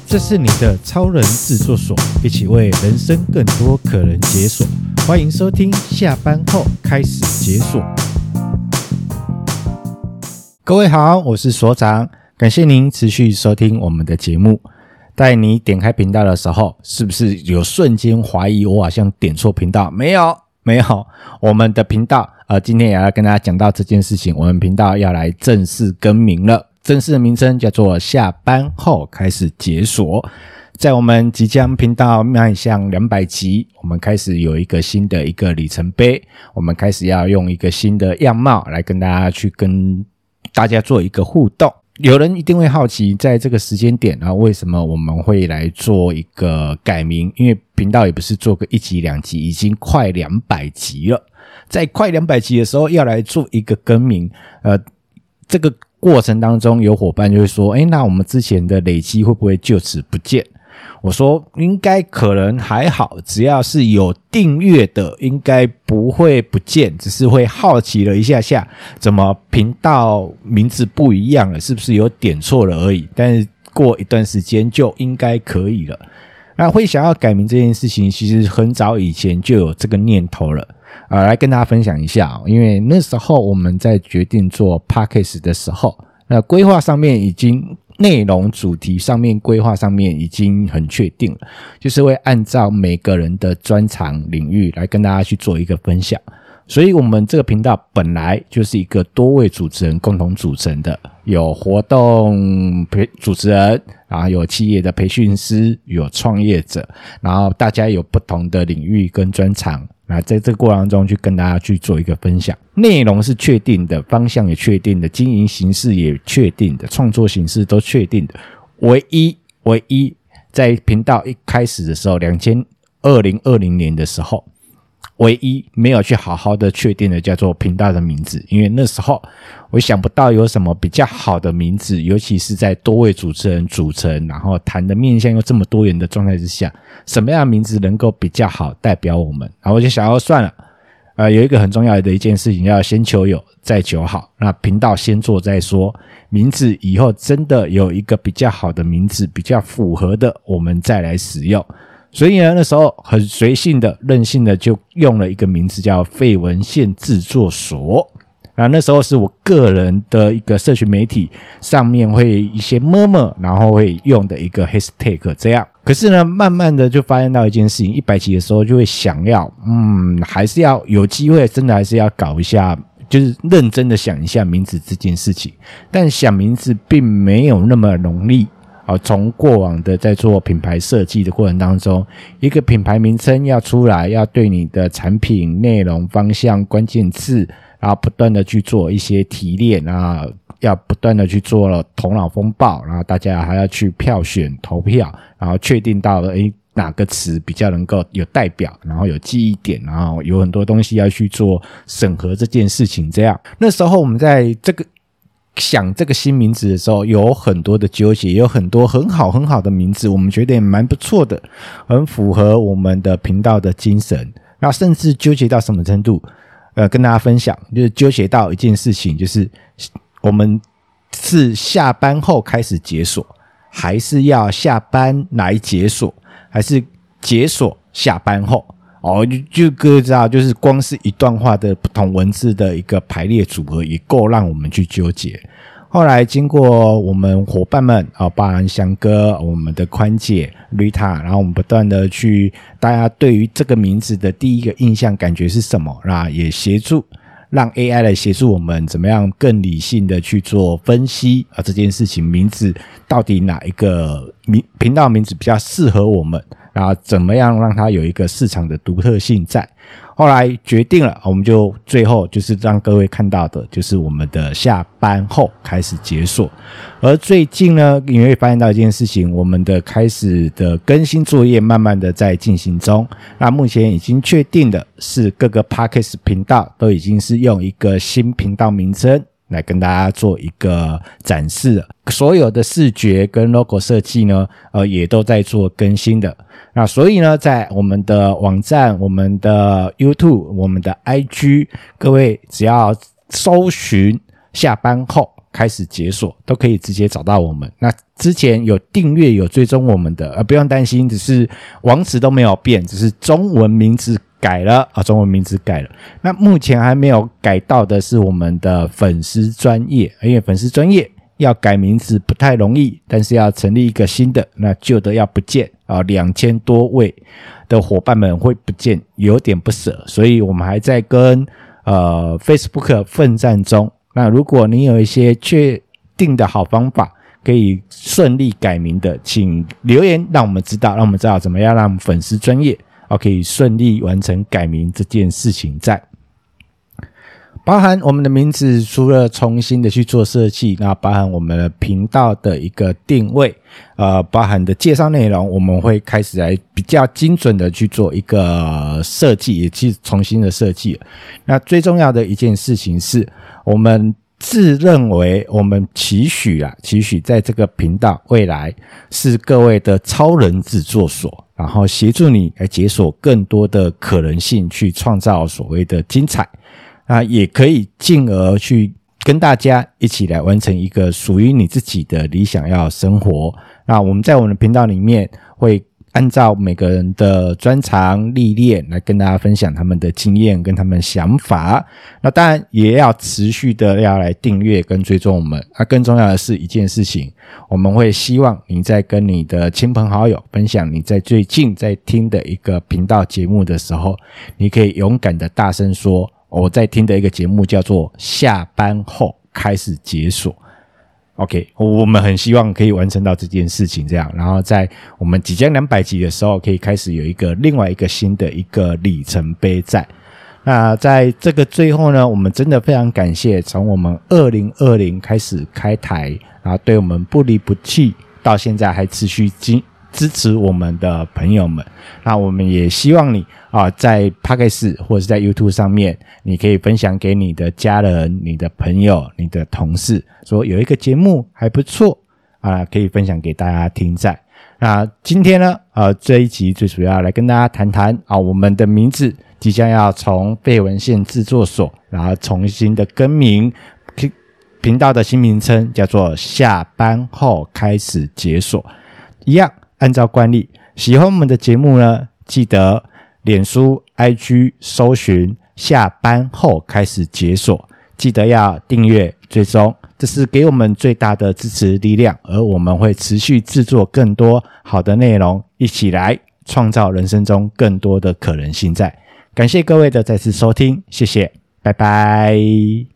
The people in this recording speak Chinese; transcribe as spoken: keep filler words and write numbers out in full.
这是你的超人制作所，一起为人生更多可能解锁。欢迎收听下班后开始解锁。各位好，我是所长，感谢您持续收听我们的节目。在你点开频道的时候，是不是有瞬间怀疑我好像点错频道？没有没有，我们的频道呃，今天也要跟大家讲到这件事情，我们频道要来正式更名了，正式的名称叫做下班后开始解锁。在我们即将频道迈向两百集，我们开始有一个新的一个里程碑，我们开始要用一个新的样貌来跟大家去跟大家做一个互动。有人一定会好奇，在这个时间点啊，为什么我们会来做一个改名？因为频道也不是做个一集两集，已经快两百集了。在快两百集的时候，要来做一个更名，呃，这个过程当中，有伙伴就会说：“诶，那我们之前的累积会不会就此不见？”我说应该可能还好，只要是有订阅的应该不会不见，只是会好奇了一下下怎么频道名字不一样了，是不是有点错了而已，但是过一段时间就应该可以了。那会想要改名这件事情其实很早以前就有这个念头了，呃，来跟大家分享一下，因为那时候我们在决定做 Podcast 的时候，那规划上面已经内容主题上面规划上面已经很确定了，就是会按照每个人的专长领域来跟大家去做一个分享。所以我们这个频道本来就是一个多位主持人共同组成的，有活动培主持人，然后有企业的培训师，有创业者，然后大家有不同的领域跟专长，那在这个过程中去跟大家去做一个分享。内容是确定的，方向也确定的，经营形式也确定的，创作形式都确定的。唯一唯一在频道一开始的时候，二零二零年的时候，唯一没有去好好的确定的叫做频道的名字，因为那时候我想不到有什么比较好的名字，尤其是在多位主持人组成，然后谈的面向又这么多元的状态之下，什么样的名字能够比较好代表我们？然后我就想要算了，呃，有一个很重要的一件事情，要先求有再求好，那频道先做再说，名字以后真的有一个比较好的名字，比较符合的，我们再来使用。所以呢，那时候很随性的任性的就用了一个名字叫废文献制作所。那那时候是我个人的一个社群媒体上面会一些 murmur 然后会用的一个 hashtag 这样。可是呢，慢慢的就发现到一件事情，一百集的时候就会想要嗯还是要有机会真的还是要搞一下，就是认真的想一下名字这件事情。但想名字并没有那么容易。好，从过往的在做品牌设计的过程当中，一个品牌名称要出来，要对你的产品内容方向关键字，然后不断的去做一些提炼啊，要不断的去做了头脑风暴，然后大家还要去票选投票，然后确定到了诶哪个词比较能够有代表，然后有记忆点，然后有很多东西要去做审核这件事情这样。那时候我们在这个想这个新名字的时候，有很多的纠结，有很多很好很好的名字，我们觉得也蛮不错的，很符合我们的频道的精神。那甚至纠结到什么程度？呃，跟大家分享，就是纠结到一件事情，就是我们是下班后开始解锁，还是要下班来解锁，还是解锁下班后？哦，就各位知道，就是光是一段话的不同文字的一个排列组合，也够让我们去纠结。后来经过我们伙伴们啊，包含翔哥、我们的宽姐、Rita， 然后我们不断的去，大家对于这个名字的第一个印象感觉是什么？那也协助让 A I 来协助我们怎么样更理性的去做分析啊，这件事情名字到底哪一个名频道名字比较适合我们？然后怎么样让它有一个市场的独特性在？后来决定了，我们就最后就是让各位看到的，就是我们的下班后开始解锁。而最近呢，你会发现到一件事情，我们的开始的更新作业慢慢的在进行中。那目前已经确定的是，各个 Podcast 频道都已经是用一个新频道名称来跟大家做一个展示了，所有的视觉跟 logo 设计呢，呃，也都在做更新的。那所以呢，在我们的网站、我们的 YouTube、我们的 I G， 各位只要搜寻下班后开始解锁，都可以直接找到我们。那之前有订阅有追踪我们的，呃，不用担心，只是网址都没有变，只是中文名字改了啊，中文名字改了。那目前还没有改到的是我们的粉丝专页，因为粉丝专页要改名字不太容易，但是要成立一个新的，那旧的要不见啊，两千多位的伙伴们会不见，有点不舍，所以我们还在跟呃 Facebook 奋战中。那如果你有一些确定的好方法，可以顺利改名的，请留言让我们知道，让我们知道怎么样让粉丝专页啊可以顺利完成改名这件事情在。包含我们的名字除了重新的去做设计，那包含我们的频道的一个定位，呃，包含的介绍内容，我们会开始来比较精准的去做一个设计，也去重新的设计。那最重要的一件事情是，我们自认为我们期许啊，期许在这个频道未来是各位的超人制作所，然后协助你来解锁更多的可能性，去创造所谓的精彩。那也可以进而去跟大家一起来完成一个属于你自己的理想要生活。那我们在我们的频道里面会按照每个人的专长历练来跟大家分享他们的经验跟他们的想法。那当然也要持续的要来订阅跟追踪我们。那更重要的是一件事情，我们会希望你在跟你的亲朋好友分享你在最近在听的一个频道节目的时候，你可以勇敢的大声说，我在听的一个节目叫做下班后开始解锁。 OK， 我们很希望可以完成到这件事情这样，然后在我们即将两百集的时候可以开始有一个另外一个新的一个里程碑在。那在这个最后呢，我们真的非常感谢从我们二零二零开始开台，然后对我们不离不弃到现在还持续经支持我们的朋友们。那我们也希望你啊，在 Podcast 或者是在 YouTube 上面，你可以分享给你的家人、你的朋友、你的同事，说有一个节目还不错啊，可以分享给大家听在。那今天呢，呃，这一集最主要来跟大家谈谈啊，我们的名字即将要从废文献制作所，然后重新的更名，频道的新名称叫做下班后开始解锁。一样按照惯例，喜欢我们的节目呢，记得脸书 I G 搜寻下班后开始解锁，记得要订阅追踪，这是给我们最大的支持力量，而我们会持续制作更多好的内容，一起来创造人生中更多的可能性在。感谢各位的再次收听，谢谢，拜拜。